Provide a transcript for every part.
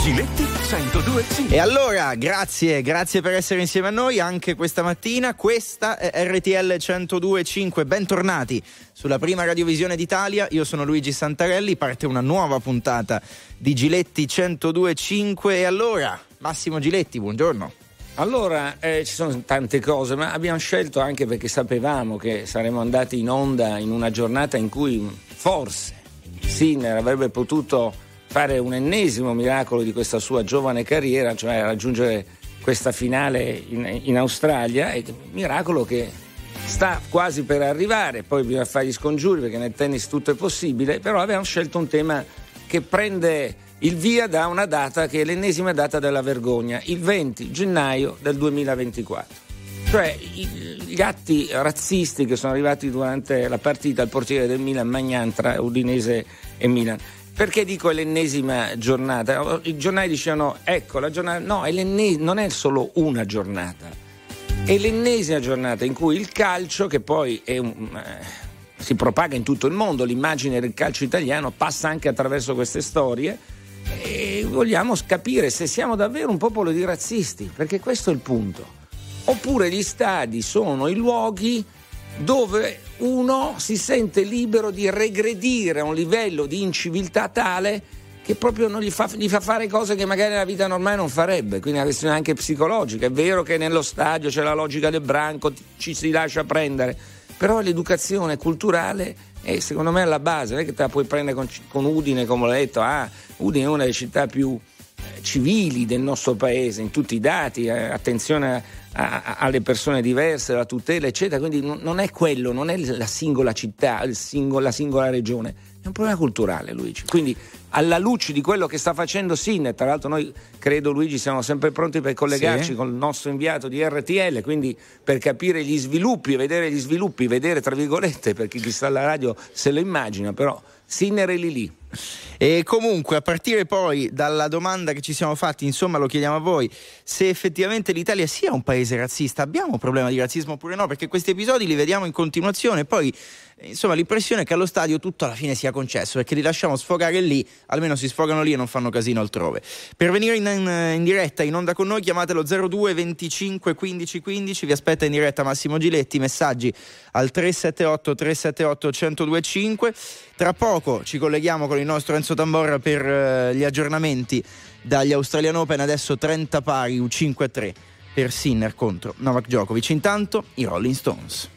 Giletti 102.5. E allora, grazie per essere insieme a noi anche questa mattina. Questa è RTL 102.5. Bentornati sulla prima radiovisione d'Italia. Io sono Luigi Santarelli. Parte una nuova puntata di Giletti 102.5. E allora, Massimo Giletti, buongiorno. Allora, ci sono tante cose, ma abbiamo scelto anche perché sapevamo che saremmo andati in onda in una giornata in cui forse Sinner avrebbe potuto fare un ennesimo miracolo di questa sua giovane carriera, cioè raggiungere questa finale in Australia, e miracolo che sta quasi per arrivare. Poi bisogna fare gli scongiuri perché nel tennis tutto è possibile, però abbiamo scelto un tema che prende il via da una data che è l'ennesima data della vergogna, il 20 gennaio del 2024. Cioè gli atti razzisti che sono arrivati durante la partita al portiere del Milan Maignan tra Udinese e Milan. Perché dico è l'ennesima giornata? I giornali dicevano ecco la giornata, no, non è solo una giornata, è l'ennesima giornata in cui il calcio, che poi è si propaga in tutto il mondo, l'immagine del calcio italiano passa anche attraverso queste storie, e vogliamo capire se siamo davvero un popolo di razzisti, perché questo è il punto. Oppure gli stadi sono i luoghi dove uno si sente libero di regredire a un livello di inciviltà tale che proprio non gli fa fare cose che magari nella vita normale non farebbe. Quindi è una questione anche psicologica. È vero che nello stadio c'è la logica del branco, ci si lascia prendere, però l'educazione culturale è secondo me alla base. Non è che te la puoi prendere con Udine, come ho detto. Udine è una delle città più civili del nostro paese in tutti i dati, attenzione alle persone diverse, la tutela eccetera, quindi non è quello, non è la singola città, la singola regione, è un problema culturale, Luigi. Quindi alla luce di quello che sta facendo Sinner, tra l'altro noi credo, Luigi, siamo sempre pronti per collegarci con il nostro inviato di RTL, quindi per capire gli sviluppi, vedere tra virgolette, perché chi sta alla radio se lo immagina, però Sinner è lì. E comunque, a partire poi dalla domanda che ci siamo fatti, insomma lo chiediamo a voi, se effettivamente l'Italia sia un paese razzista, abbiamo un problema di razzismo oppure no, perché questi episodi li vediamo in continuazione, poi insomma l'impressione è che allo stadio tutto alla fine sia concesso, perché li lasciamo sfogare lì, almeno si sfogano lì e non fanno casino altrove. Per venire in diretta, in onda con noi, chiamatelo 02 25 15 15, vi aspetta in diretta Massimo Giletti, messaggi al 378 378 1025. Tra poco ci colleghiamo con il nostro Enzo Tamborra per gli aggiornamenti dagli Australian Open, adesso 30 pari, U5-3 per Sinner contro Novak Djokovic. Intanto i Rolling Stones.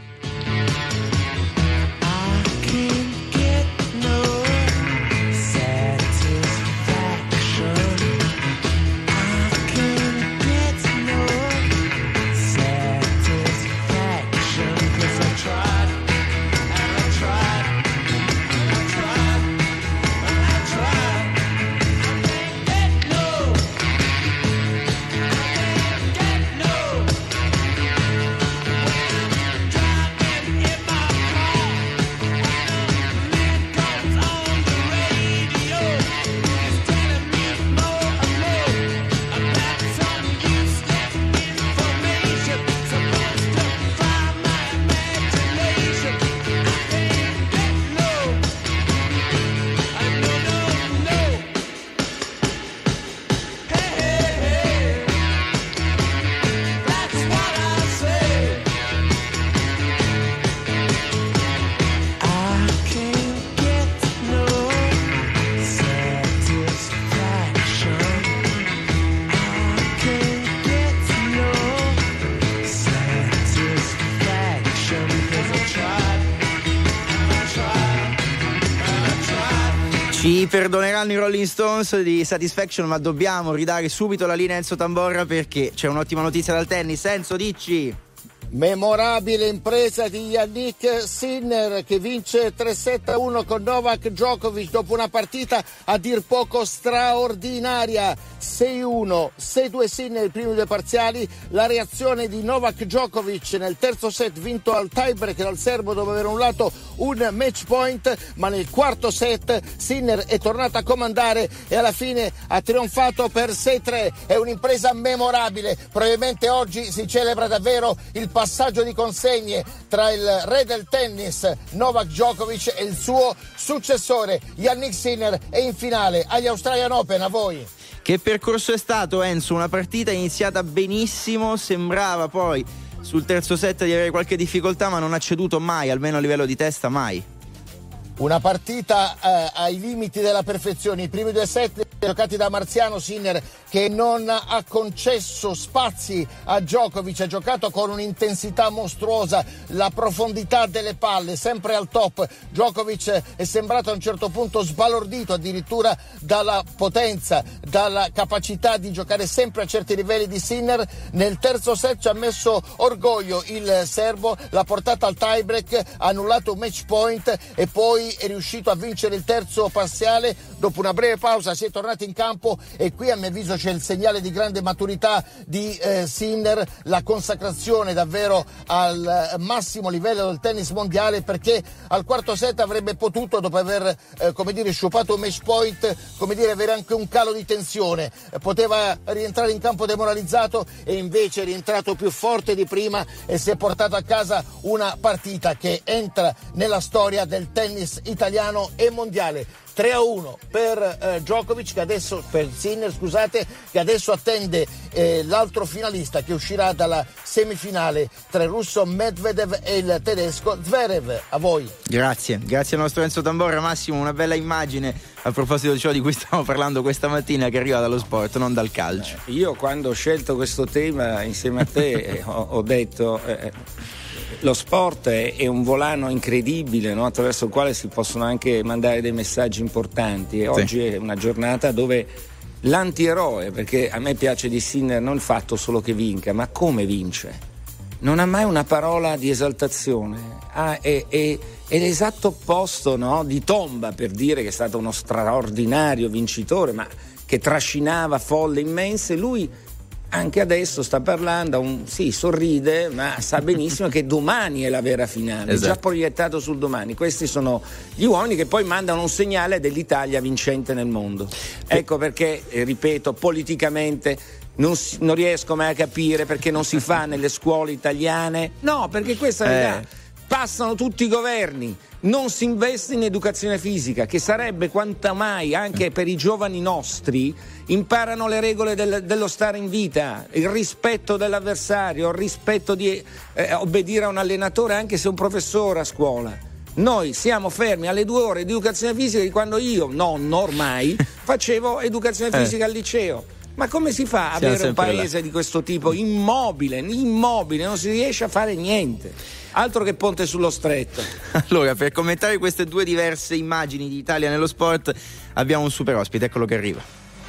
Ci perdoneranno i Rolling Stones di Satisfaction, ma dobbiamo ridare subito la linea a Enzo Tamborra perché c'è un'ottima notizia dal tennis. Enzo, dici? Memorabile impresa di Yannick Sinner che vince 3-7-1 con Novak Djokovic dopo una partita a dir poco straordinaria. 6-1, 6-2 Sinner i primi due parziali, la reazione di Novak Djokovic nel terzo set vinto al tiebreak dal serbo dopo aver annullato un match point, ma nel quarto set Sinner è tornato a comandare e alla fine ha trionfato per 6-3. È un'impresa memorabile, probabilmente oggi si celebra davvero il passaggio di consegne tra il re del tennis Novak Djokovic e il suo successore Yannick Sinner, e in finale agli Australian Open. A voi. Che percorso è stato, Enzo? Una partita iniziata benissimo, sembrava poi sul terzo set di avere qualche difficoltà, ma non ha ceduto mai, almeno a livello di testa mai. Una partita ai limiti della perfezione. I primi 2 set giocati da Marziano, Sinner che non ha concesso spazi a Djokovic, ha giocato con un'intensità mostruosa, la profondità delle palle sempre al top. Djokovic è sembrato a un certo punto sbalordito addirittura dalla potenza, dalla capacità di giocare sempre a certi livelli di Sinner. Nel terzo set ci ha messo orgoglio il serbo, l'ha portata al tiebreak, ha annullato un match point e poi è riuscito a vincere il terzo parziale. Dopo una breve pausa si è tornati in campo e qui a mio avviso c'è il segnale di grande maturità di Sinner, la consacrazione davvero al massimo livello del tennis mondiale, perché al quarto set avrebbe potuto, dopo aver sciupato un match point, avere anche un calo di tensione, poteva rientrare in campo demoralizzato e invece è rientrato più forte di prima e si è portato a casa una partita che entra nella storia del tennis italiano e mondiale. 3-1 per Djokovic, per Sinner, che adesso attende l'altro finalista che uscirà dalla semifinale tra il russo Medvedev e il tedesco Zverev. A voi. Grazie al nostro Enzo Tamborra. Massimo, una bella immagine a proposito di ciò di cui stiamo parlando questa mattina, che arriva dallo sport, non dal calcio. Io quando ho scelto questo tema insieme a te ho detto lo sport è un volano incredibile, no? Attraverso il quale si possono anche mandare dei messaggi importanti, e oggi è una giornata dove l'antieroe, perché a me piace di Sinner non il fatto solo che vinca, ma come vince. Non ha mai una parola di esaltazione, è l'esatto opposto, no? Di Tomba, per dire che è stato uno straordinario vincitore, ma che trascinava folle immense. Lui anche adesso sta parlando, sorride, ma sa benissimo che domani è la vera finale, esatto. È già proiettato sul domani. Questi sono gli uomini che poi mandano un segnale dell'Italia vincente nel mondo. Ecco perché, ripeto, politicamente non riesco mai a capire perché non si fa nelle scuole italiane. No, perché questa è la verità. Passano tutti i governi, non si investe in educazione fisica, che sarebbe quanto mai anche per i giovani nostri. Imparano le regole dello stare in vita, il rispetto dell'avversario, il rispetto di obbedire a un allenatore anche se è un professore a scuola. Noi siamo fermi alle 2 ore di educazione fisica di quando io, ormai, facevo educazione fisica al liceo. Ma come si fa ad avere un paese di questo tipo immobile, non si riesce a fare niente? Altro che ponte sullo stretto. Allora, per commentare queste due diverse immagini di Italia nello sport abbiamo un super ospite, eccolo che arriva.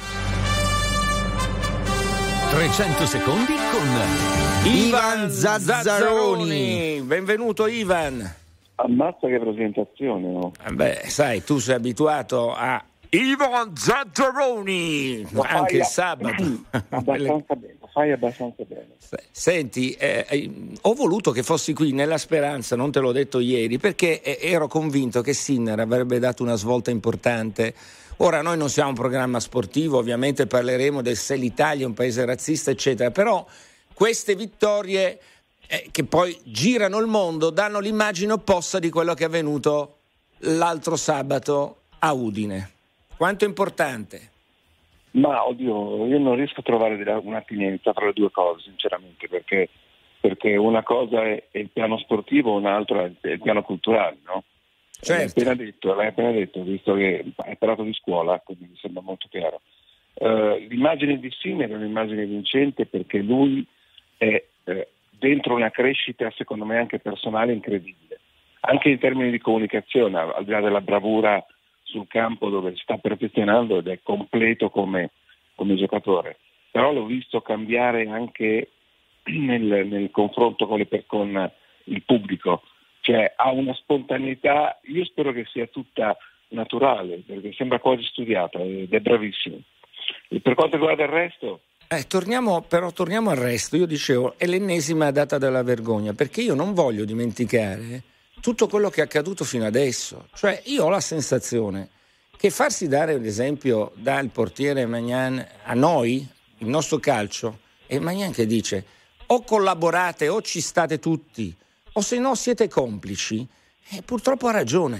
300 secondi con Ivan Zazzaroni. Benvenuto Ivan. Ammazza che presentazione, no? Sai, tu sei abituato a Ivan Zazzaroni anche il sabato. Fai abbastanza bene. Senti, ho voluto che fossi qui nella speranza, non te l'ho detto ieri, perché ero convinto che Sinner avrebbe dato una svolta importante. Ora noi non siamo un programma sportivo, ovviamente parleremo del se l'Italia è un paese razzista eccetera, però queste vittorie che poi girano il mondo danno l'immagine opposta di quello che è avvenuto l'altro sabato a Udine. Quanto è importante? Ma oddio, io non riesco a trovare un'attinenza tra le due cose, sinceramente, perché una cosa è il piano sportivo, un'altra è il piano culturale, no? Certo. L'hai appena detto, visto che hai parlato di scuola, quindi mi sembra molto chiaro. L'immagine di Sinner è un'immagine vincente perché lui è dentro una crescita, secondo me, anche personale incredibile, anche in termini di comunicazione, al di là della bravura sul campo dove sta perfezionando ed è completo come giocatore, però l'ho visto cambiare anche nel confronto con il pubblico, cioè ha una spontaneità, io spero che sia tutta naturale perché sembra quasi studiata ed è bravissimo. E per quanto riguarda il resto torniamo al resto. Io dicevo, è l'ennesima data della vergogna, perché io non voglio dimenticare tutto quello che è accaduto fino adesso. Cioè io ho la sensazione che farsi dare l'esempio dal portiere Magnan a noi, il nostro calcio, e Magnan che dice o collaborate o ci state tutti o se no siete complici, purtroppo ha ragione.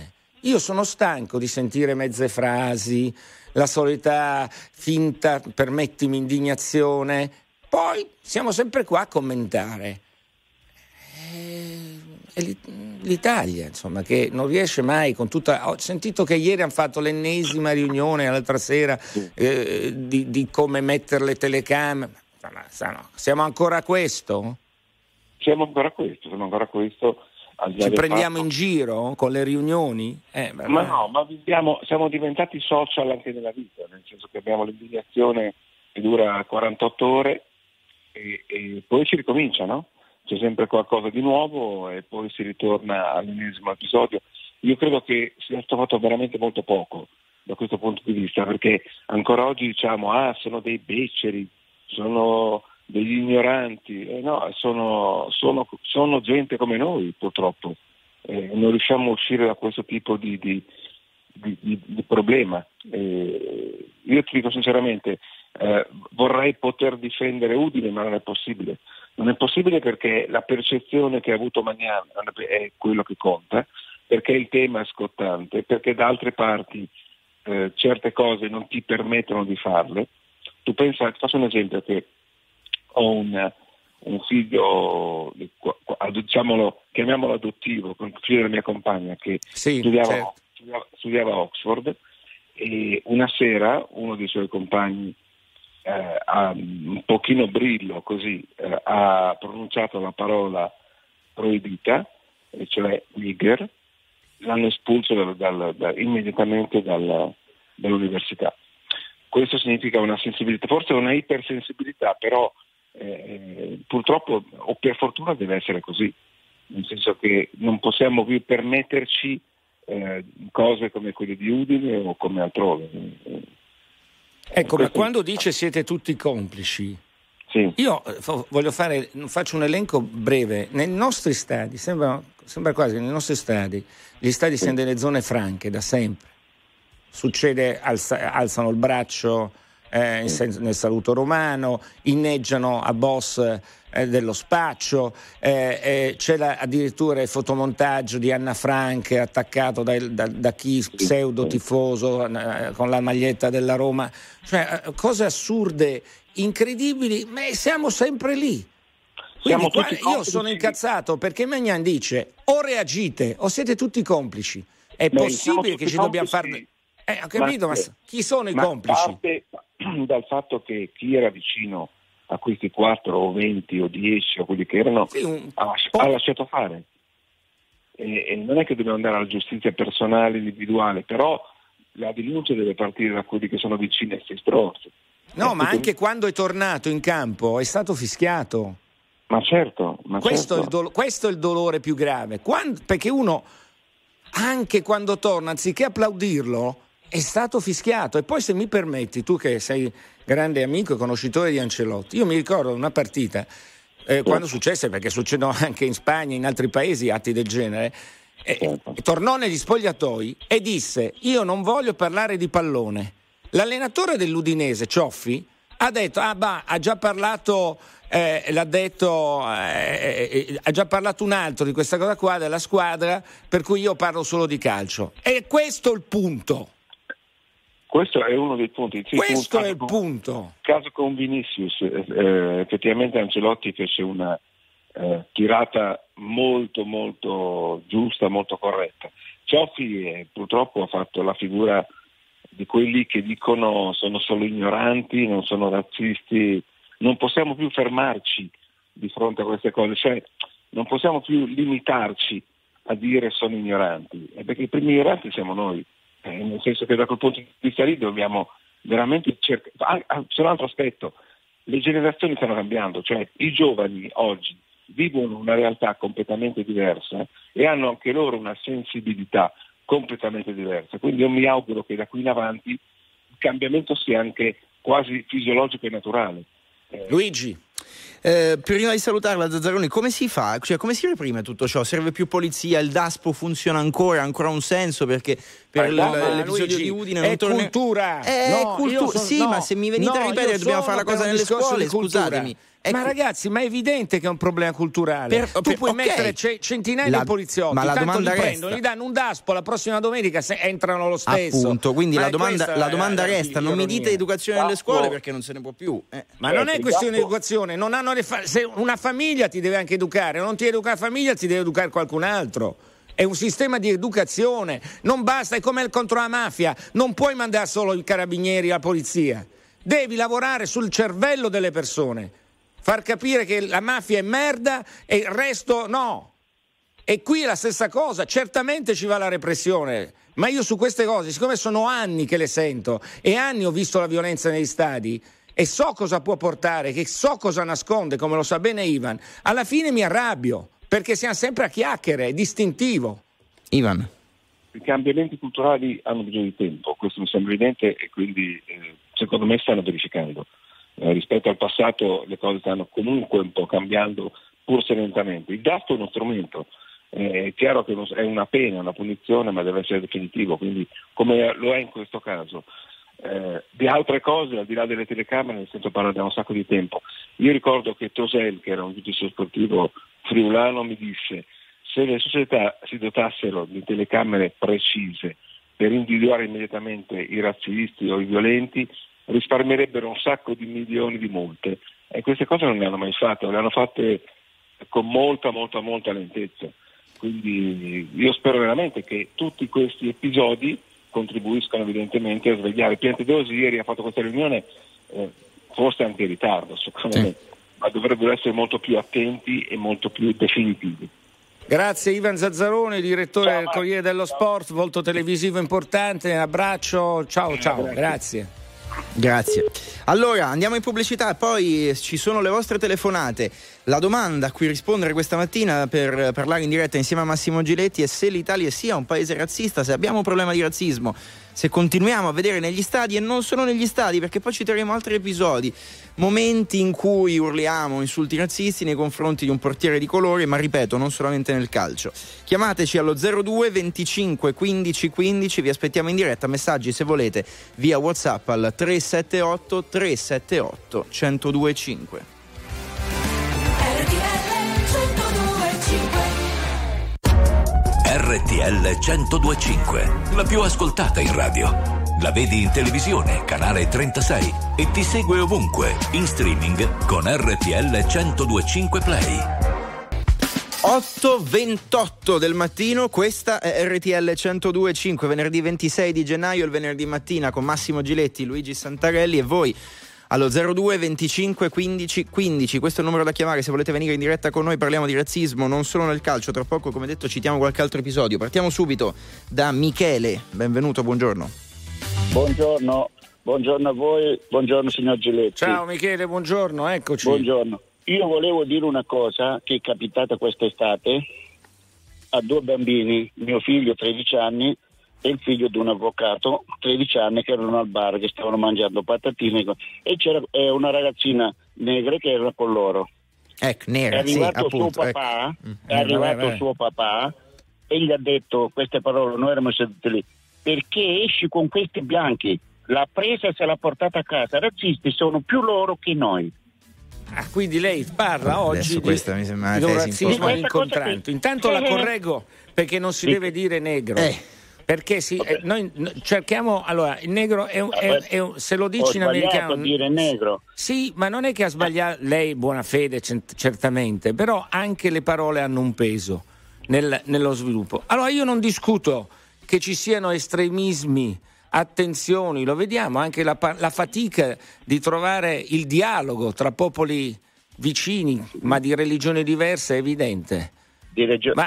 Io sono stanco di sentire mezze frasi, la solita finta, permettimi, indignazione. Poi siamo sempre qua a commentare. L'Italia, insomma, che non riesce mai con tutta... Ho sentito che ieri hanno fatto l'ennesima riunione l'altra sera di come mettere le telecamere. Siamo ancora a questo? Siamo ancora a questo. Ci prendiamo in giro con le riunioni? Siamo diventati social anche nella vita, nel senso che abbiamo l'indignazione che dura 48 ore e poi si ricomincia, no? C'è sempre qualcosa di nuovo e poi si ritorna all'ennesimo episodio. Io credo che sia stato fatto veramente molto poco da questo punto di vista, perché ancora oggi diciamo sono dei beceri, sono degli ignoranti, no, sono gente come noi purtroppo, non riusciamo a uscire da questo tipo di problema. Io ti dico sinceramente, vorrei poter difendere Udine, ma non è possibile. Non è possibile perché la percezione che ha avuto Magnani è quello che conta, perché il tema è scottante, perché da altre parti certe cose non ti permettono di farle. Tu pensa, ti faccio un esempio, che ho un figlio, chiamiamolo adottivo, con il figlio della mia compagna che studiava a Oxford, e una sera uno dei suoi compagni un pochino brillo così ha pronunciato la parola proibita, cioè nigger, l'hanno espulso immediatamente dall'università. Questo significa una sensibilità, forse una ipersensibilità, però purtroppo o per fortuna deve essere così, nel senso che non possiamo più permetterci cose come quelle di Udine o come altrove. Ecco, ma quando dice siete tutti complici, sì. Io faccio un elenco breve. Nei nostri stadi, sembra quasi che nei nostri stadi, gli stadi siano delle zone franche da sempre. Succede, alzano il braccio nel saluto romano, inneggiano a boss dello spaccio, c'è addirittura il fotomontaggio di Anna Frank attaccato da chi pseudo tifoso con la maglietta della Roma, cioè cose assurde, incredibili, ma siamo sempre lì. Quindi io sono incazzato perché Magnani dice o reagite o siete tutti complici. È possibile che ci dobbiamo fare... ho capito, ma chi sono i complici? Parte dal fatto che chi era vicino a questi 4 o 20 o 10 o quelli che erano ha lasciato fare, e non è che dobbiamo andare alla giustizia personale individuale, però la denuncia deve partire da quelli che sono vicini a questi stronzi. No, ma anche quando è tornato in campo è stato fischiato. Ma certo. Questo è il dolore più grave, perché uno anche quando torna, anziché applaudirlo, è stato fischiato. E poi, se mi permetti, tu che sei grande amico e conoscitore di Ancelotti, io mi ricordo una partita quando successe, perché succedono anche in Spagna, in altri paesi atti del genere, tornò negli spogliatoi e disse: io non voglio parlare di pallone. L'allenatore dell'Udinese, Cioffi, ha detto ha già parlato ha già parlato un altro di questa cosa qua, della squadra, per cui io parlo solo di calcio. E questo è il punto. Questo è uno dei punti. Sì, questo è il punto. Caso con Vinicius, effettivamente Ancelotti fece una tirata molto molto giusta, molto corretta. Cioffi purtroppo ha fatto la figura di quelli che dicono sono solo ignoranti, non sono razzisti. Non possiamo più fermarci di fronte a queste cose, cioè non possiamo più limitarci a dire sono ignoranti, perché i primi ignoranti siamo noi, nel senso che da quel punto di vista lì dobbiamo veramente cercare. C'è un altro aspetto, le generazioni stanno cambiando, cioè i giovani oggi vivono una realtà completamente diversa e hanno anche loro una sensibilità completamente diversa, quindi io mi auguro che da qui in avanti il cambiamento sia anche quasi fisiologico e naturale. Luigi, prima di salutarla, Zazzaroni, come si fa? Cioè, come si reprime tutto ciò? Serve più polizia? Il DASPO funziona ancora? Ha ancora un senso? Perché per l'episodio di Udine. È cultura. Ma se mi venite a ripetere dobbiamo fare la cosa nelle scuole, scusatemi. Ma ragazzi, ma è evidente che è un problema culturale. Tu puoi mettere centinaia di poliziotti, ma la domanda gli danno un daspo la prossima domenica, se entrano lo stesso. Appunto, quindi la domanda resta, non mi dite educazione nelle scuole perché non se ne può più. Ma non è questione di educazione, non hanno se una famiglia ti deve anche educare, non ti educa la famiglia, ti deve educare qualcun altro. È un sistema di educazione, non basta, è come contro la mafia, non puoi mandare solo i carabinieri, la polizia, devi lavorare sul cervello delle persone, far capire che la mafia è merda e il resto no. E qui è la stessa cosa, certamente ci va la repressione, ma io su queste cose, siccome sono anni che le sento e anni ho visto la violenza negli stadi e so cosa può portare, che so cosa nasconde, come lo sa bene Ivan, alla fine mi arrabbio. Perché siamo sempre a chiacchiere, è distintivo. Ivan. I cambiamenti culturali hanno bisogno di tempo, questo mi sembra evidente e quindi secondo me stanno verificando. Rispetto al passato le cose stanno comunque un po' cambiando, pur se lentamente. Il dato è uno strumento, è chiaro che è una pena, una punizione, ma deve essere definitivo, quindi come lo è in questo caso. Di altre cose, al di là delle telecamere, ne sento parlare da un sacco di tempo. Io ricordo che Tosel, che era un giudice sportivo friulano, mi disse: se le società si dotassero di telecamere precise per individuare immediatamente i razzisti o i violenti, risparmierebbero un sacco di milioni di multe, e queste cose non le hanno mai fatte, le hanno fatte con molta lentezza. Quindi io spero veramente che tutti questi episodi contribuiscono evidentemente a svegliare. Piantedosi ieri ha fatto questa riunione forse anche in ritardo, secondo me, ma dovrebbero essere molto più attenti e molto più definitivi. Grazie Ivan Zazzaroni, direttore del Corriere dello Sport, volto televisivo importante, un abbraccio, ciao, grazie. Allora andiamo in pubblicità e poi ci sono le vostre telefonate. La domanda a cui rispondere questa mattina per parlare in diretta insieme a Massimo Giletti è se l'Italia sia un paese razzista, se abbiamo un problema di razzismo, se continuiamo a vedere negli stadi, e non solo negli stadi, perché poi citeremo altri episodi, momenti in cui urliamo insulti razzisti nei confronti di un portiere di colore, ma ripeto, non solamente nel calcio. Chiamateci allo 02 25 15 15, vi aspettiamo in diretta, messaggi se volete via WhatsApp al 378 378 1025. RTL 102.5, la più ascoltata in radio. La vedi in televisione, canale 36, e ti segue ovunque, in streaming con RTL 102.5 Play. 8:28 del mattino, questa è RTL 102.5, venerdì 26 di gennaio, il venerdì mattina con Massimo Giletti, Luigi Santarelli e voi allo 02 25 15 15, questo è il numero da chiamare se volete venire in diretta con noi. Parliamo di razzismo non solo nel calcio, tra poco, come detto, citiamo qualche altro episodio. Partiamo subito da Michele, benvenuto, buongiorno. Buongiorno a voi, buongiorno signor Giletti. Ciao Michele, buongiorno, eccoci. Buongiorno, io volevo dire una cosa che è capitata quest'estate a due bambini, mio figlio 13 anni e il figlio di un avvocato 13 anni, che erano al bar, che stavano mangiando patatine, e c'era una ragazzina negra che era con loro. Nera, è arrivato sì, appunto, suo papà e gli ha detto queste parole, noi eravamo seduti lì: perché esci con questi bianchi? L'ha presa e se l'ha portata a casa. Razzisti sono più loro che noi. Quindi lei parla oggi di un razzismo all'incontrato. Intanto la correggo, perché non si deve dire negro. Perché noi cerchiamo, allora, il negro è se lo dici in americano, dire negro. Sì, ma non è che ha sbagliato lei, buona fede certamente, però anche le parole hanno un peso nello sviluppo. Allora io non discuto che ci siano estremismi, attenzioni, lo vediamo anche la fatica di trovare il dialogo tra popoli vicini ma di religioni diverse è evidente. Ma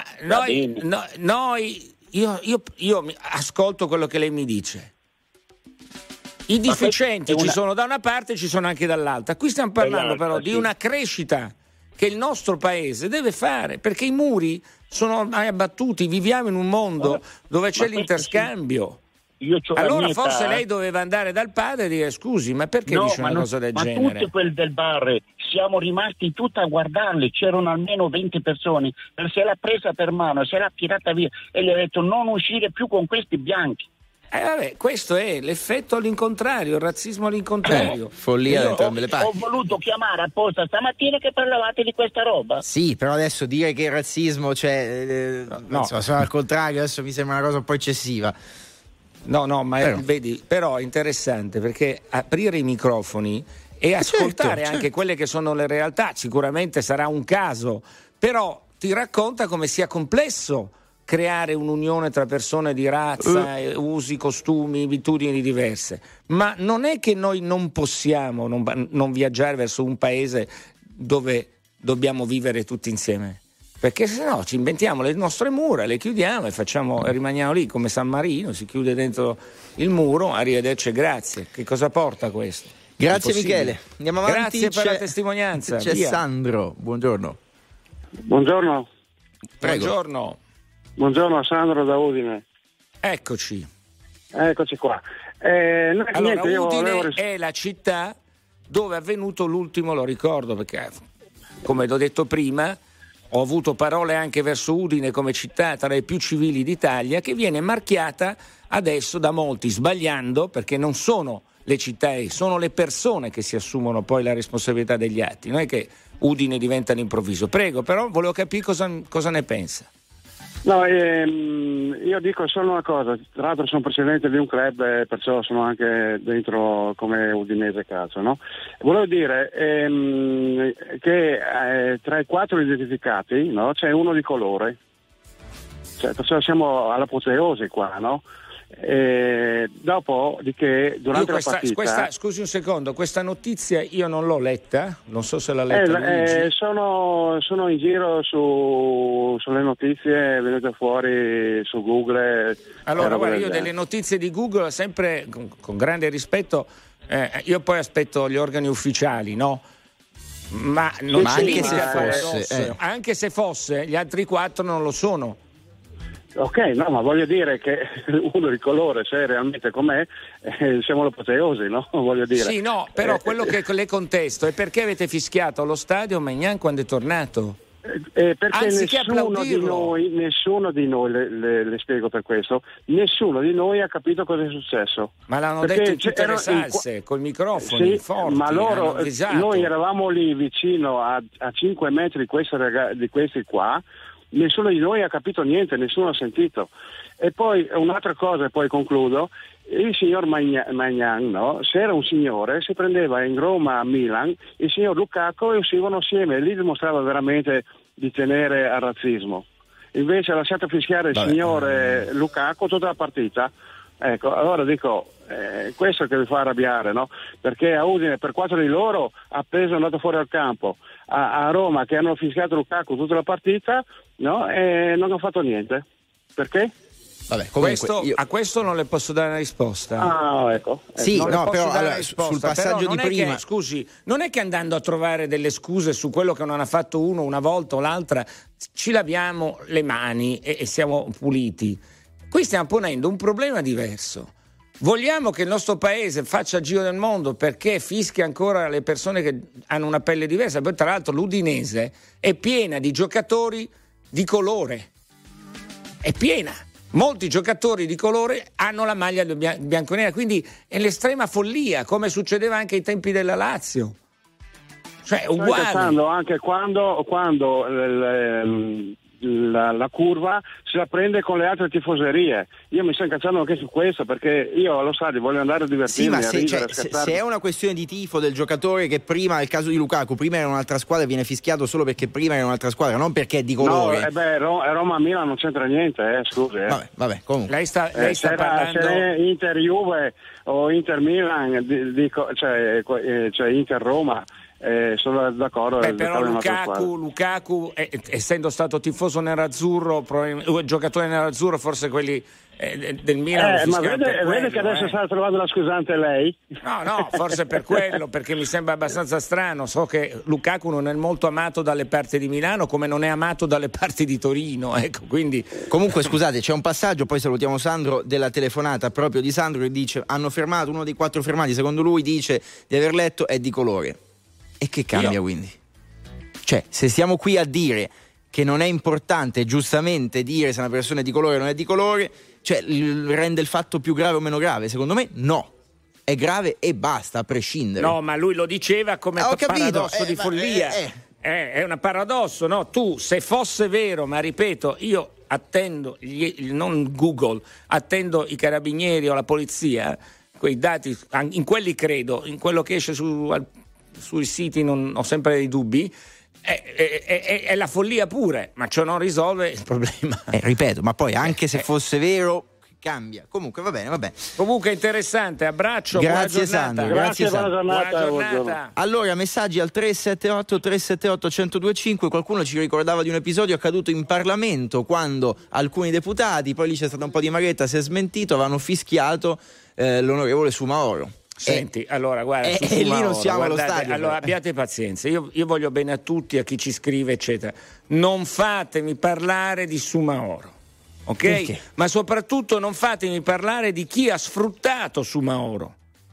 noi io ascolto quello che lei mi dice. I deficienti ci sono da una parte, ci sono anche dall'altra. Qui stiamo parlando però di una crescita che il nostro paese deve fare, perché i muri sono ormai abbattuti, viviamo in un mondo dove c'è l'interscambio. Allora forse lei doveva andare dal padre e dire: scusi, ma perché dice una cosa del genere? Ma tutti quelli del bar siamo rimasti tutti a guardarli, c'erano almeno 20 persone, se l'ha presa per mano, se l'ha tirata via e gli ha detto: non uscire più con questi bianchi. Vabbè, questo è l'effetto all'incontrario, il razzismo all'incontrario. Follia da entrambe le parti. Ho voluto chiamare apposta stamattina che parlavate di questa roba. Sì, però adesso dire che il razzismo, no. Insomma, sono al contrario, adesso mi sembra una cosa un po' eccessiva. No, ma vedi, però è interessante perché aprire i microfoni e ascoltare certo. anche quelle che sono le realtà, sicuramente sarà un caso, però ti racconta come sia complesso creare un'unione tra persone di razza, usi, costumi, abitudini diverse. Ma non è che noi non possiamo non viaggiare verso un paese dove dobbiamo vivere tutti insieme. Perché se no ci inventiamo le nostre mura, le chiudiamo e rimaniamo lì come San Marino, si chiude dentro il muro, arrivederci e grazie. Che cosa porta questo? Grazie Michele, andiamo avanti. Grazie per la testimonianza. C'è Via. Sandro, buongiorno. Buongiorno. Buongiorno. Buongiorno a Sandro da Udine. Eccoci qua. Allora, Udine è la città dove è avvenuto l'ultimo, lo ricordo perché come l'ho detto prima ho avuto parole anche verso Udine come città tra le più civili d'Italia, che viene marchiata adesso da molti, sbagliando, perché non sono le città, sono le persone che si assumono poi la responsabilità degli atti, non è che Udine diventa all'improvviso. Prego, però volevo capire cosa ne pensa. No, io dico solo una cosa, tra l'altro sono presidente di un club, perciò sono anche dentro come udinese calcio, no? Volevo dire che tra i 4 identificati, no, c'è uno di colore, cioè, perciò siamo all'apoteosi qua, no? Dopo di che durante la partita scusi un secondo, questa notizia io non l'ho letta, non so se l'ha letta Luigi. Sono in giro sulle notizie venute fuori su Google. Allora guarda, io delle notizie di Google sempre con grande rispetto, io poi aspetto gli organi ufficiali, no? Ma non ma anche se fosse, gli altri 4 non lo sono. Ok, no, ma voglio dire che uno di colore, se realmente com'è, siamo all'apoteosi, no? Voglio dire. Sì, no, però quello che le contesto è perché avete fischiato allo stadio Maignan quando è tornato? Perché Anziché nessuno di noi le spiego per questo, nessuno di noi ha capito cosa è successo. Ma l'hanno detto in tutte le salse, col microfono, sì, forti, ma noi eravamo lì vicino a 5 metri di questi qua. Nessuno di noi ha capito niente, nessuno ha sentito. E poi un'altra cosa, e poi concludo, il signor Maignan, no? Se era un signore, si prendeva in Roma a Milan il signor Lukaku e uscivano assieme, e lì dimostrava veramente di tenere al razzismo. Invece ha lasciato fischiare il signor Lukaku tutta la partita. Ecco, allora dico, questo che vi fa arrabbiare, no? Perché a Udine per 4 di loro appena è andato fuori al campo, a Roma che hanno fischiato Lukaku tutta la partita, no? E non hanno fatto niente. Perché? Vabbè, comunque, a questo non le posso dare una risposta. Ah, ecco. Sì, non no, però allora, risposta, sul passaggio di prima. Scusi, non è che andando a trovare delle scuse su quello che non ha fatto uno una volta o l'altra ci laviamo le mani e siamo puliti. Qui stiamo ponendo un problema diverso. Vogliamo che il nostro paese faccia giro del mondo perché fischia ancora le persone che hanno una pelle diversa? Poi, tra l'altro, l'Udinese è piena di giocatori di colore. È piena. Molti giocatori di colore hanno la maglia bianconera, quindi è l'estrema follia, come succedeva anche ai tempi della Lazio. Cioè, uguale. Sto pensando anche quando la curva se la prende con le altre tifoserie. Io mi sto incazzando anche su questo, perché io allo stadio voglio andare a divertirmi, sì, ma se è una questione di tifo del giocatore che prima, nel caso di Lukaku, prima era un'altra squadra, viene fischiato solo perché prima era un'altra squadra, non perché è di colore. No, Roma-Milan non c'entra niente, scusi. Vabbè, comunque. Lei sta parlando... Se Inter-Juve o Inter-Milan, cioè Inter-Roma, sono d'accordo. Però Lukaku essendo stato tifoso nerazzurro, giocatore nerazzurro, forse quelli del Milan ma vede che adesso sta trovando la scusante lei? No, forse per quello, perché mi sembra abbastanza strano. So che Lukaku non è molto amato dalle parti di Milano, come non è amato dalle parti di Torino, ecco, quindi... Comunque scusate, c'è un passaggio, poi salutiamo Sandro, della telefonata proprio di Sandro, che dice: hanno fermato uno dei 4 fermati, secondo lui dice di aver letto è di colore. E che cambia quindi? Cioè, se stiamo qui a dire che non è importante giustamente dire se una persona è di colore o non è di colore, cioè, rende il fatto più grave o meno grave? Secondo me no. È grave e basta, a prescindere. No, ma lui lo diceva come paradosso di follia. È un paradosso, no? Tu, se fosse vero, ma ripeto, io attendo, non Google, attendo i carabinieri o la polizia, quei dati, in quelli credo, in quello che esce sui siti non ho sempre dei dubbi. È la follia pure, ma ciò non risolve il problema. Ripeto, ma poi anche se fosse vero, cambia. Comunque va bene. Comunque interessante, abbraccio, grazie buona giornata. Sandro, grazie buona giornata. Allora, messaggi al 378-378-1025. Qualcuno ci ricordava di un episodio accaduto in Parlamento quando alcuni deputati, poi lì c'è stata un po' di maghetta, si è smentito, avevano fischiato l'onorevole Soumahoro. Senti, allora guarda, lì non siamo allo stadio. Allora abbiate pazienza, io voglio bene a tutti, a chi ci scrive eccetera, non fatemi parlare di Soumahoro, ok? Perché? Ma soprattutto non fatemi parlare di chi ha sfruttato Soumahoro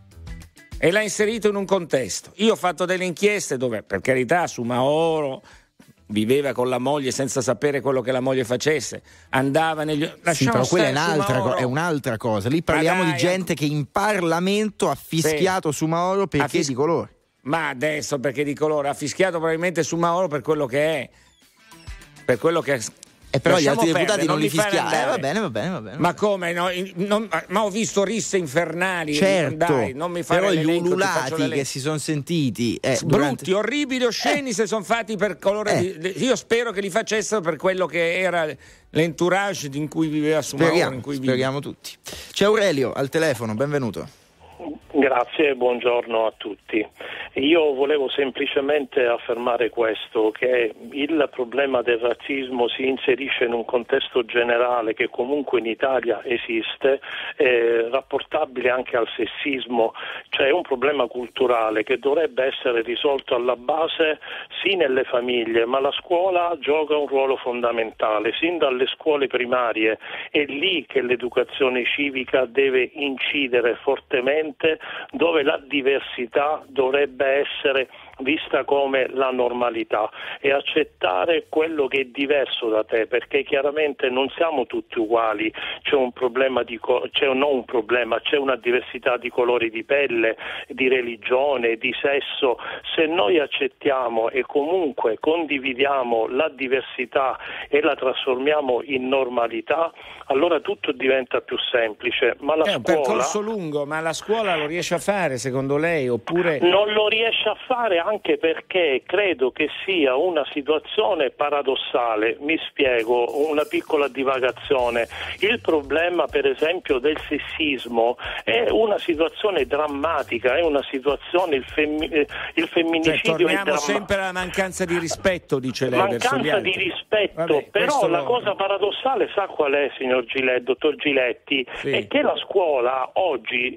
e l'ha inserito in un contesto. Io ho fatto delle inchieste dove, per carità, Soumahoro viveva con la moglie senza sapere quello che la moglie facesse, andava negli... Sì, però quella è un'altra cosa. Lì parliamo di gente che in Parlamento ha fischiato Soumahoro perché di colore. Ma adesso perché di colore? Ha fischiato probabilmente Soumahoro per quello che è, per quello che però gli altri deputati non li fischiano. Va bene. Ma come? Ma ho visto risse infernali. Certo, dai, non mi fare però gli l'elenco, ululati che si sono sentiti brutti, orribili, osceni se sono fatti per colore io spero che li facessero per quello che era l'entourage in cui viveva Soumahoro. Speriamo tutti. C'è Aurelio al telefono, benvenuto. Grazie e buongiorno a tutti. Io volevo semplicemente affermare questo, che il problema del razzismo si inserisce in un contesto generale che comunque in Italia esiste, rapportabile anche al sessismo, cioè un problema culturale che dovrebbe essere risolto alla base sì nelle famiglie, ma la scuola gioca un ruolo fondamentale, sin dalle scuole primarie, è lì che l'educazione civica deve incidere fortemente, dove la diversità dovrebbe essere vista come la normalità e accettare quello che è diverso da te, perché chiaramente non siamo tutti uguali, c'è un problema c'è una diversità di colori di pelle, di religione, di sesso. Se noi accettiamo e comunque condividiamo la diversità e la trasformiamo in normalità, allora tutto diventa più semplice. Ma la è un percorso lungo, ma la scuola lo riesce a fare secondo lei oppure non lo riesce a fare, anche perché credo che sia una situazione paradossale. Mi spiego, una piccola divagazione. Il problema per esempio del sessismo è una situazione drammatica, è una situazione, il femminicidio torniamo sempre alla mancanza di rispetto, dice lei, mancanza di rispetto. Vabbè, però la cosa paradossale sa qual è, dottor Giletti? Sì. È che la scuola oggi,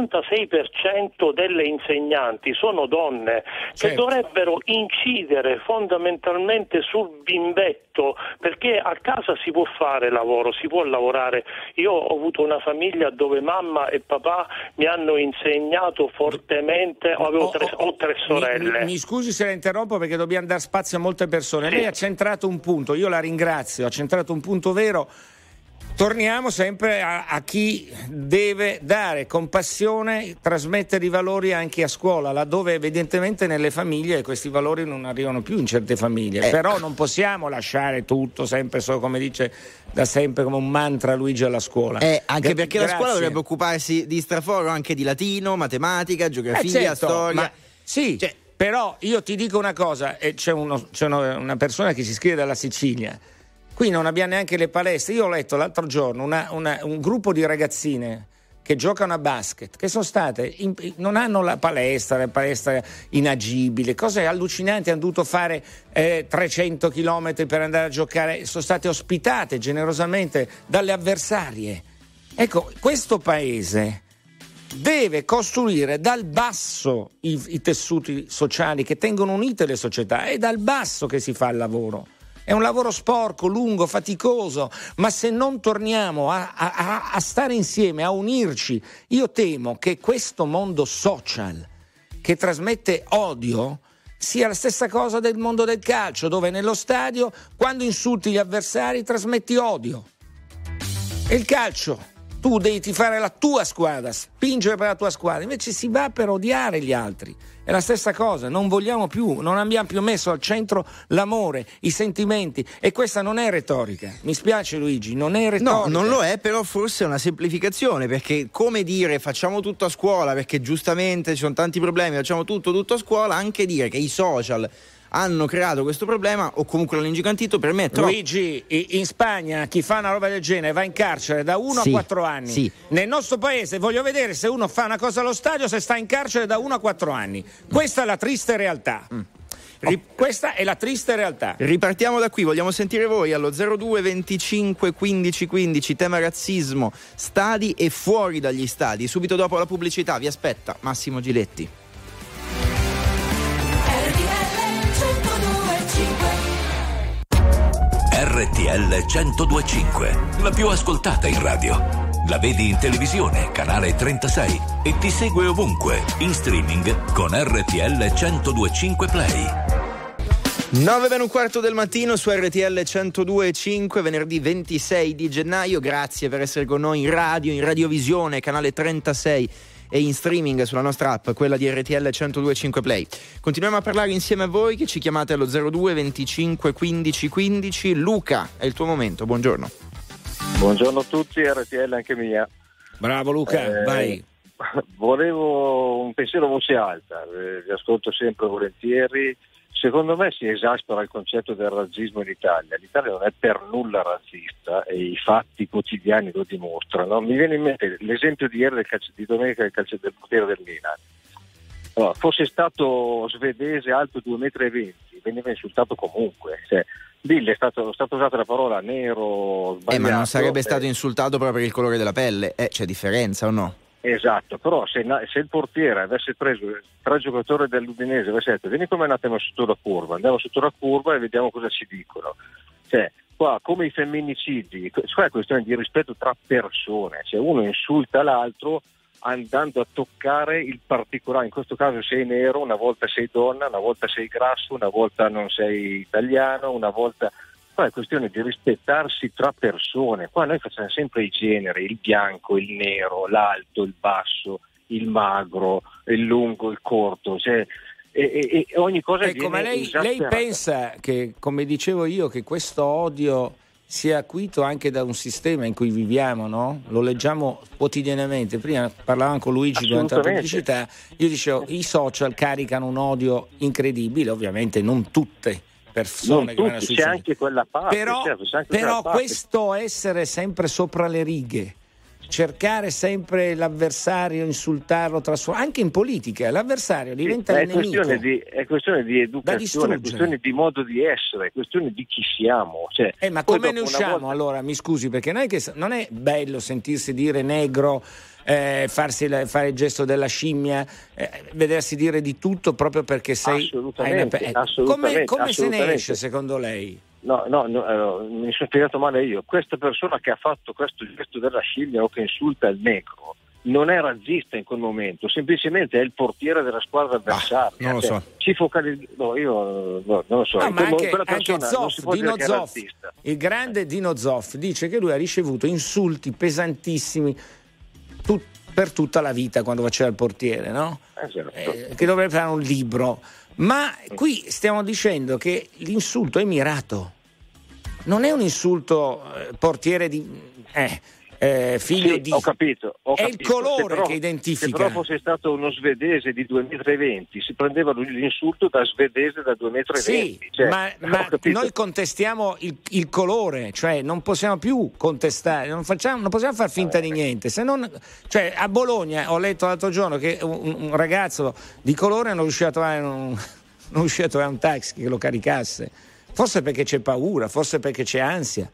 l'86% delle insegnanti sono donne, che dovrebbero incidere fondamentalmente sul bimbetto, perché a casa si può fare lavoro, si può lavorare. Io ho avuto una famiglia dove mamma e papà mi hanno insegnato fortemente, ho tre sorelle. Mi scusi se la interrompo perché dobbiamo dare spazio a molte persone. Sì. Lei ha centrato un punto, io la ringrazio, ha centrato un punto vero. Torniamo sempre a chi deve dare compassione, trasmettere i valori anche a scuola, laddove evidentemente nelle famiglie questi valori non arrivano più in certe famiglie. Però non possiamo lasciare tutto sempre solo, come dice da sempre, come un mantra Luigi, alla scuola. Anche perché la scuola dovrebbe occuparsi di straforo anche di latino, matematica, geografia, storia. Sì, però io ti dico una cosa, c'è una persona che si iscrive dalla Sicilia. Qui non abbiamo neanche le palestre. Io ho letto l'altro giorno un gruppo di ragazzine che giocano a basket, che sono state non hanno la palestra inagibile, cose allucinanti, hanno dovuto fare 300 chilometri per andare a giocare, sono state ospitate generosamente dalle avversarie. Ecco, questo paese deve costruire dal basso i tessuti sociali che tengono unite le società, è dal basso che si fa il lavoro. È un lavoro sporco, lungo, faticoso, ma se non torniamo a stare insieme, a unirci, io temo che questo mondo social che trasmette odio sia la stessa cosa del mondo del calcio, dove nello stadio, quando insulti gli avversari, trasmetti odio. E il calcio, tu devi tifare la tua squadra, spingere per la tua squadra, invece si va per odiare gli altri. È la stessa cosa, non vogliamo più, non abbiamo più messo al centro l'amore, i sentimenti, e questa non è retorica. Mi spiace Luigi, non è retorica. No, non lo è, però forse è una semplificazione, perché come dire facciamo tutto a scuola, perché giustamente ci sono tanti problemi, facciamo tutto a scuola, anche dire che i social hanno creato questo problema o comunque l'hanno ingigantito, per me è troppo. Luigi, in Spagna chi fa una roba del genere va in carcere da 1 a 4 anni. Sì. Nel nostro paese voglio vedere se uno fa una cosa allo stadio se sta in carcere da 1 a 4 anni. Questa è la triste realtà. Questa è la triste realtà. Ripartiamo da qui, vogliamo sentire voi allo 02 25 15 15, tema razzismo, stadi e fuori dagli stadi. Subito dopo la pubblicità vi aspetta Massimo Giletti. RTL 102.5, la più ascoltata in radio. La vedi in televisione, canale 36, e ti segue ovunque, in streaming con RTL 102.5 Play. 9:15 del mattino su RTL 102.5, venerdì 26 di gennaio. Grazie per essere con noi in radio, in radiovisione, canale 36 e in streaming sulla nostra app, quella di RTL 102.5 Play. Continuiamo a parlare insieme a voi che ci chiamate allo 02 25 15 15. Luca, è il tuo momento, buongiorno. Buongiorno a tutti, RTL anche mia. Bravo Luca, vai. Volevo un pensiero a voce alta, vi ascolto sempre volentieri. Secondo me si esaspera il concetto del razzismo in Italia. L'Italia non è per nulla razzista e i fatti quotidiani lo dimostrano. Mi viene in mente l'esempio di ieri di domenica del portiere del Milan. Allora, fosse stato svedese alto 2,20 m, veniva insultato comunque. Lì è stata usata la parola nero sbagliato. Ma non sarebbe stato insultato proprio per il colore della pelle? C'è differenza o no? Esatto, però se il portiere avesse preso 3 giocatori dell'Udinese, avesse detto vieni come un attimo sotto la curva, andiamo sotto la curva e vediamo cosa ci dicono. Qua come i femminicidi, qua è questione di rispetto tra persone, uno insulta l'altro andando a toccare il particolare, in questo caso sei nero, una volta sei donna, una volta sei grasso, una volta non sei italiano, una volta... Qua è questione di rispettarsi tra persone. Qua noi facciamo sempre i generi, il bianco, il nero, l'alto, il basso, il magro, il lungo, il corto, e ogni cosa ecco, ma lei pensa che, come dicevo io, che questo odio sia acuito anche da un sistema in cui viviamo, no? Lo leggiamo quotidianamente. Prima parlavamo con Luigi durante la pubblicità, io dicevo i social caricano un odio incredibile, ovviamente non tutte persone che vanno a suicidi. C'è anche quella parte, però questo essere sempre sopra le righe, cercare sempre l'avversario, insultarlo, anche in politica l'avversario diventa il nemico. È questione di educazione, è questione di modo di essere, è questione di chi siamo. Ma come ne usciamo allora? Mi scusi, perché non è bello sentirsi dire negro, fare il gesto della scimmia, vedersi dire di tutto proprio perché sei assolutamente. Come se ne esce secondo lei? No, mi sono spiegato male io. Questa persona che ha fatto questo gesto della scimmia o che insulta il negro non è razzista in quel momento, semplicemente è il portiere della squadra avversaria. Non lo so. Si focalizza. Non lo so. Ma anche Zoff, Dino Zoff, il grande Dino Zoff, dice che lui ha ricevuto insulti pesantissimi per tutta la vita quando faceva il portiere, no? Che dovrebbe fare un libro. Ma qui stiamo dicendo che l'insulto è mirato, non è un insulto portiere di figlio di... Ho capito. È il colore che identifica. Se però fosse stato uno svedese di 2,20 m, si prendeva l'insulto da svedese da 2,20 m. Sì, ma noi contestiamo il colore, cioè non possiamo più contestare, non possiamo far finta di niente. Se non, a Bologna ho letto l'altro giorno che un ragazzo di colore non riusciva a trovare un taxi che lo caricasse. Forse perché c'è paura, forse perché c'è ansia.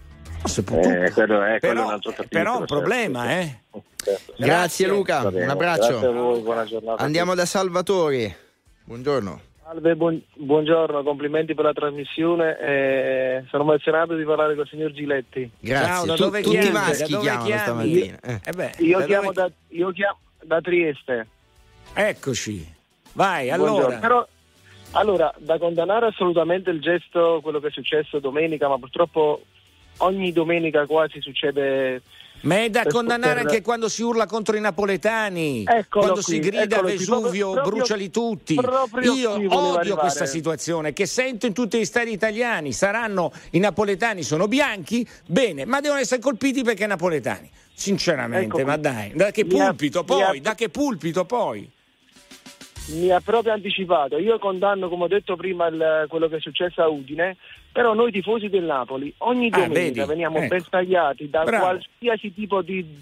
Quello è un altro capitolo. Però è un problema, Certo. Grazie Luca, un abbraccio. Grazie a voi, buona giornata. Andiamo da Salvatore. Buongiorno. Salve, buongiorno, complimenti per la trasmissione. Sono emozionato di parlare con il signor Giletti. Grazie. Ciao, da dove tutti chiami? i maschi chiamano stamattina. Io chiamo da Trieste. Eccoci. Vai, allora. Allora, da condannare assolutamente il gesto, quello che è successo domenica, ma purtroppo ogni domenica quasi succede. Ma è da condannare anche quando si urla contro i napoletani, quando si grida Vesuvio, bruciali tutti. Io odio questa situazione che sento in tutti gli stadi italiani. Saranno i napoletani, sono bianchi, bene, ma devono essere colpiti perché napoletani. Sinceramente, ma dai, da che pulpito poi? Mi ha proprio anticipato. Io condanno, come ho detto prima, quello che è successo a Udine, però noi tifosi del Napoli ogni domenica veniamo bersagliati da qualsiasi tipo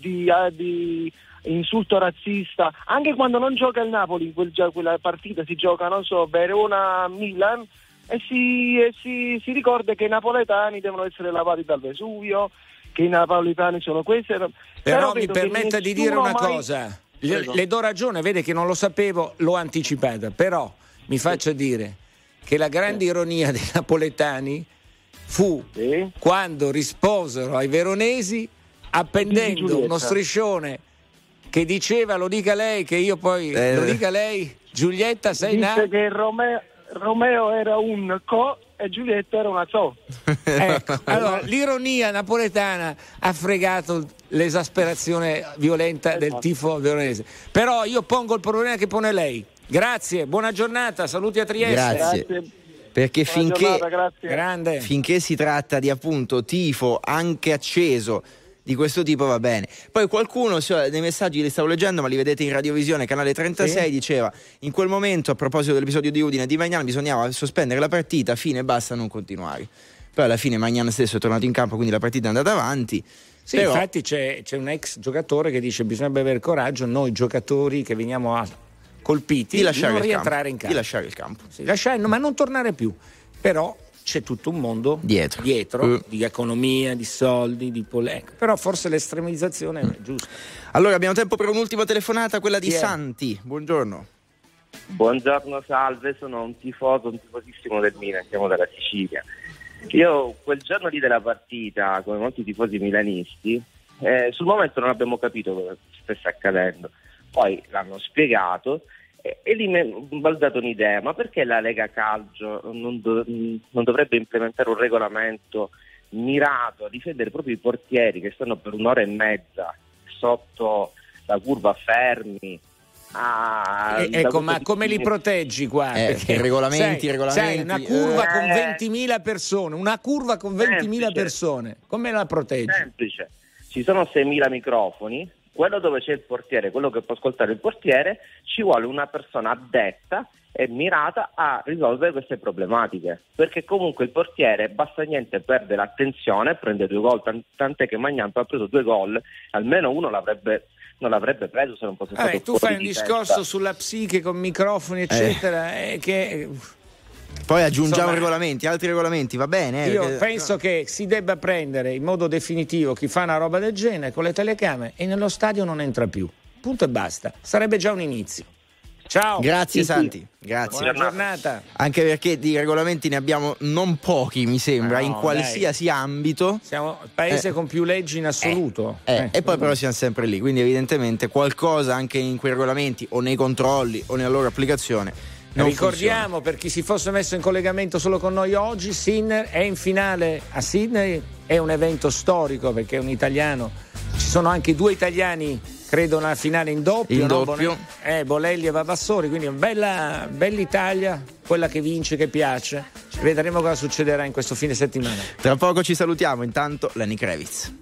di insulto razzista, anche quando non gioca il Napoli, in quella partita si gioca, non so, Verona-Milan, e si ricorda che i napoletani devono essere lavati dal Vesuvio, che i napoletani sono questi. Però mi permetta di dire una cosa. Le do ragione, vede che non lo sapevo, l'ho anticipata, però mi faccia dire che la grande ironia dei napoletani fu quando risposero ai veronesi appendendo uno striscione che diceva, lo dica lei, che io poi lo dica lei, Giulietta sei dice che Romeo era un co e Giulietta era una so. Ecco, allora l'ironia napoletana ha fregato l'esasperazione violenta del tifo veronese. Però io pongo il problema che pone lei. Grazie, buona giornata, saluti a Trieste. Grazie. Perché finché si tratta di appunto tifo anche acceso di questo tipo va bene. Poi qualcuno nei messaggi li stavo leggendo, ma li vedete in radiovisione canale 36, diceva in quel momento a proposito dell'episodio di Udine di Maignan bisognava sospendere la partita, fine e basta, non continuare. Poi alla fine Maignan stesso è tornato in campo, quindi la partita è andata avanti. Sì, però infatti c'è un ex giocatore che dice bisognerebbe avere coraggio noi giocatori che veniamo colpiti di non rientrare in campo, di lasciare il campo, ma non tornare più. Però c'è tutto un mondo dietro di economia, di soldi, di polemica. Però forse l'estremizzazione è giusta. Allora abbiamo tempo per un'ultima telefonata, quella di Santi. Buongiorno. Buongiorno, salve, sono un tifosissimo del Milan, siamo dalla Sicilia. Io quel giorno lì della partita, come molti tifosi milanisti, sul momento non abbiamo capito cosa stesse accadendo. Poi l'hanno spiegato e lì mi è balzata un'idea, ma perché la Lega Calcio non dovrebbe implementare un regolamento mirato a difendere proprio i portieri che stanno per un'ora e mezza sotto la curva fermi? Ecco, ma come li proteggi qua? Perché regolamenti. Sai, una curva con 20.000 persone, persone, come la proteggi? Semplice, ci sono 6.000 microfoni. Quello dove c'è il portiere, quello che può ascoltare il portiere, ci vuole una persona addetta e mirata a risolvere queste problematiche, perché comunque il portiere basta niente, perde l'attenzione, prende 2 gol, tant'è che Maignan ha preso 2 gol, almeno uno non l'avrebbe preso se non fosse stato tu fai un discorso sulla psiche con microfoni eccetera che poi aggiungiamo altri regolamenti, va bene? Io penso che si debba prendere in modo definitivo chi fa una roba del genere con le telecamere e nello stadio non entra più. Punto e basta. Sarebbe già un inizio. Ciao. Grazie Santi. Grazie. Buona giornata. Anche perché di regolamenti ne abbiamo non pochi, mi sembra, in qualsiasi ambito. Siamo il paese con più leggi in assoluto. E poi però siamo sempre lì, quindi evidentemente qualcosa anche in quei regolamenti o nei controlli o nella loro applicazione. Ricordiamo, per chi si fosse messo in collegamento solo con noi oggi, Sinner è in finale a Sydney, è un evento storico perché è un italiano, ci sono anche 2 italiani credo nella finale in doppio. Bolelli e Vavassori, quindi una bella Italia, quella che vince, che piace. Vedremo cosa succederà in questo fine settimana. Tra poco ci salutiamo, intanto Lenny Kravitz.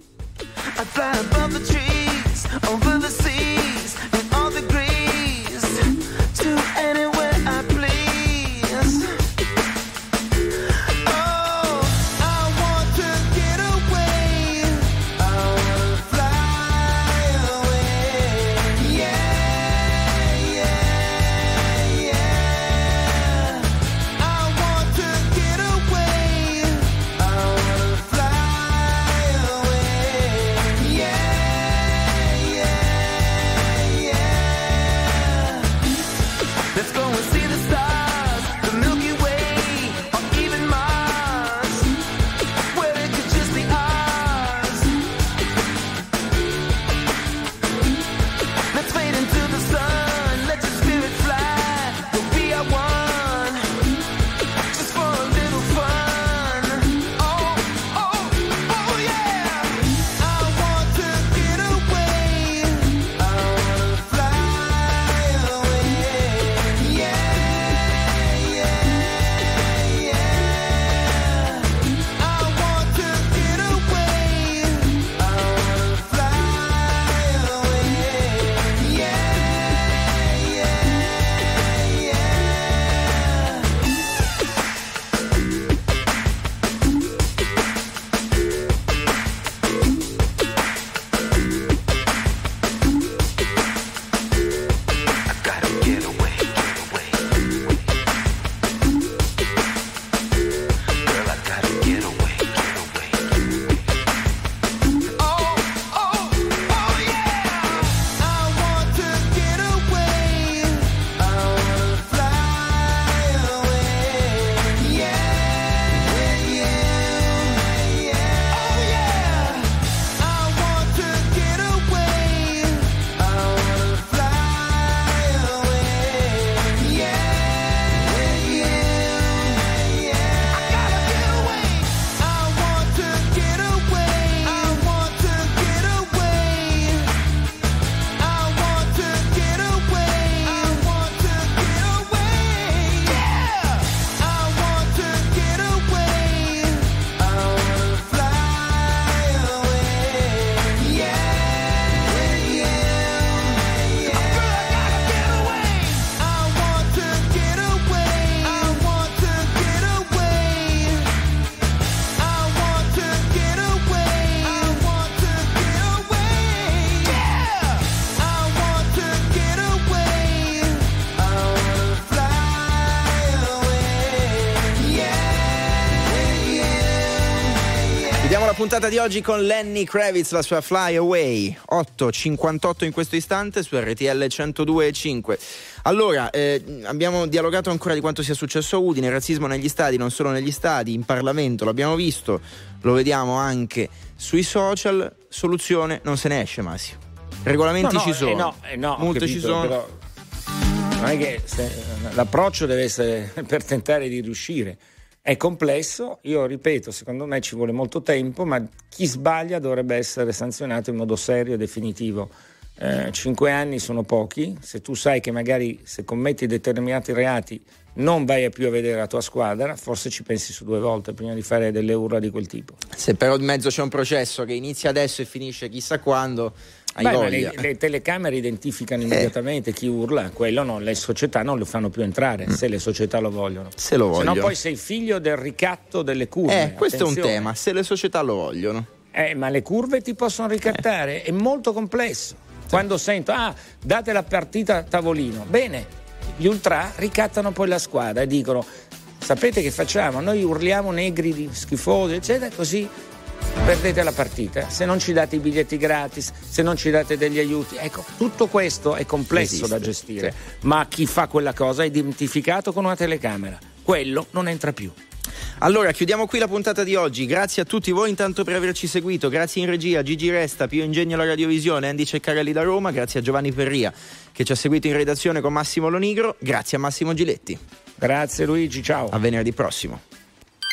puntata di oggi con Lenny Kravitz, la sua Fly Away. 8:58 in questo istante su RTL 102.5. Allora, abbiamo dialogato ancora di quanto sia successo a Udine, il razzismo negli stadi, non solo negli stadi, in Parlamento, l'abbiamo visto, lo vediamo anche sui social. Soluzione non se ne esce, Massimo. Regolamenti ci sono, multe ci sono. Però non è che l'approccio deve essere per tentare di riuscire. È complesso, io ripeto, secondo me ci vuole molto tempo, ma chi sbaglia dovrebbe essere sanzionato in modo serio e definitivo. 5 anni sono pochi, se tu sai che magari se commetti determinati reati non vai più a vedere la tua squadra, forse ci pensi su 2 volte prima di fare delle urla di quel tipo. Se però in mezzo c'è un processo che inizia adesso e finisce chissà quando, le telecamere identificano immediatamente chi urla, quello no, le società non lo fanno più entrare, se le società lo vogliono. Se lo vogliono. Se no poi sei figlio del ricatto delle curve. Questo è un tema, se le società lo vogliono. Ma le curve ti possono ricattare, è molto complesso. Quando sento, date la partita a tavolino, bene, gli ultra ricattano poi la squadra e dicono, sapete che facciamo? Noi urliamo negri schifosi, eccetera, così perdete la partita. Se non ci date i biglietti gratis, se non ci date degli aiuti, ecco, tutto questo è complesso da gestire, ma chi fa quella cosa è identificato con una telecamera, quello non entra più. Allora chiudiamo qui la puntata di oggi, grazie a tutti voi intanto per averci seguito, grazie in regia Gigi Resta, Pio Ingegno alla radiovisione, Andy Ceccarelli da Roma, grazie a Giovanni Perria che ci ha seguito in redazione con Massimo Lonigro, grazie a Massimo Giletti. Grazie Luigi, ciao. A venerdì prossimo.